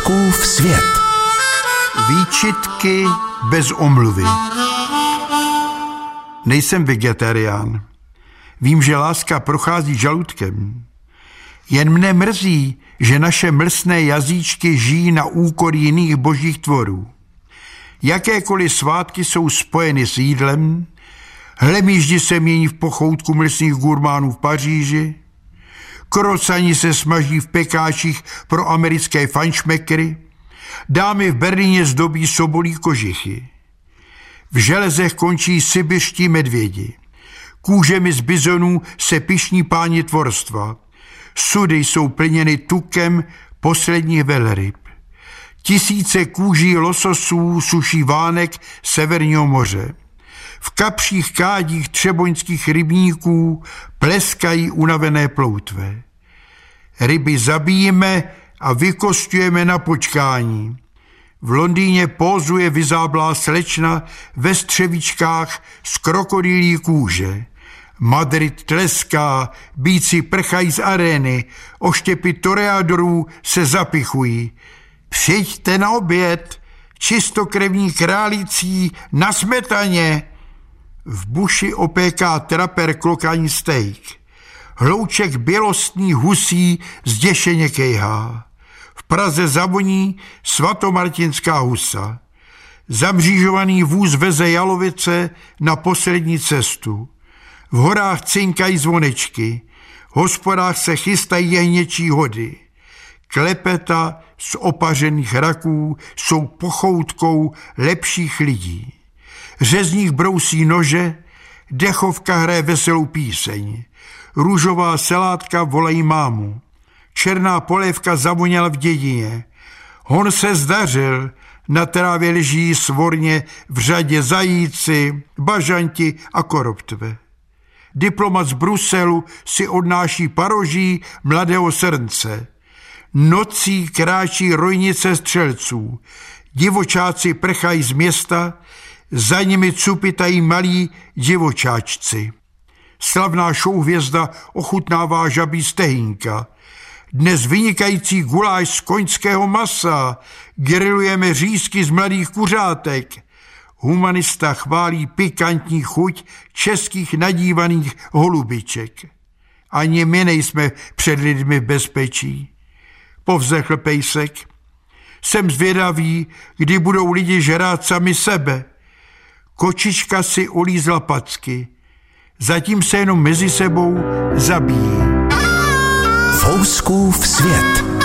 Fouskův svět. Výčitky bez omluvy. Nejsem vegetarián. Vím, že láska prochází žaludkem. Jen mne mrzí, že naše mlsné jazyčky žijí na úkor jiných božích tvorů. Jakékoliv svátky jsou spojeny s jídlem, hlemýždi se mění v pochoutku mlsných gurmánů v Paříži, krocani se smaží v pekáčích pro americké fajnšmekry, dámy v Berlíně zdobí sobolí kožichy. V železech končí sibirští medvědi. Kůžemi z bizonů se pyšní páni tvorstva. Sudy jsou plněny tukem posledních velryb. Tisíce kůží lososů suší vánek Severního moře. V kapřích kádích třeboňských rybníků pleskají unavené ploutve. Ryby zabíjíme a vykosťujeme na počkání. V Londýně pózuje vyzáblá slečna ve střevíčkách z krokodýlí kůže. Madrid tleská, býci prchají z arény, oštěpy toreadorů se zapichují. Přijďte na oběd, čistokrevní králící na smetaně. V buši opéká traper klokaní steak. Hlouček bělostných husí zděšeně kejhá. V Praze zavoní svatomartinská husa. Zamřížovaný vůz veze jalovice na poslední cestu. V horách cinkají zvonečky. V hospodách se chystají jehněčí hody. Klepeta z opařených raků jsou pochoutkou lepších lidí. Řezník brousí nože, dechovka hraje veselou píseň. Růžová selátka volají mámu. Černá polévka zavoněla v dědině. Hon se zdařil, na trávě leží svorně v řadě zajíci, bažanti a koroptve. Diplomat z Bruselu si odnáší paroží mladého srnce. Nocí kráčí rojnice střelců. Divočáci prchají z města, za nimi cupitají malí divočáčci. Slavná showhvězda ochutnává žabí stehínka. Dnes vynikající guláš z koňského masa, grilujeme řízky z mladých kuřátek. Humanista chválí pikantní chuť českých nadívaných holubiček. Ani my nejsme před lidmi v bezpečí. Povzdechl pejsek. Jsem zvědavý, kdy budou lidi žrát sami sebe. Kočička si olízla packy. Zatím se jenom mezi sebou zabíjí. Fouskův svět.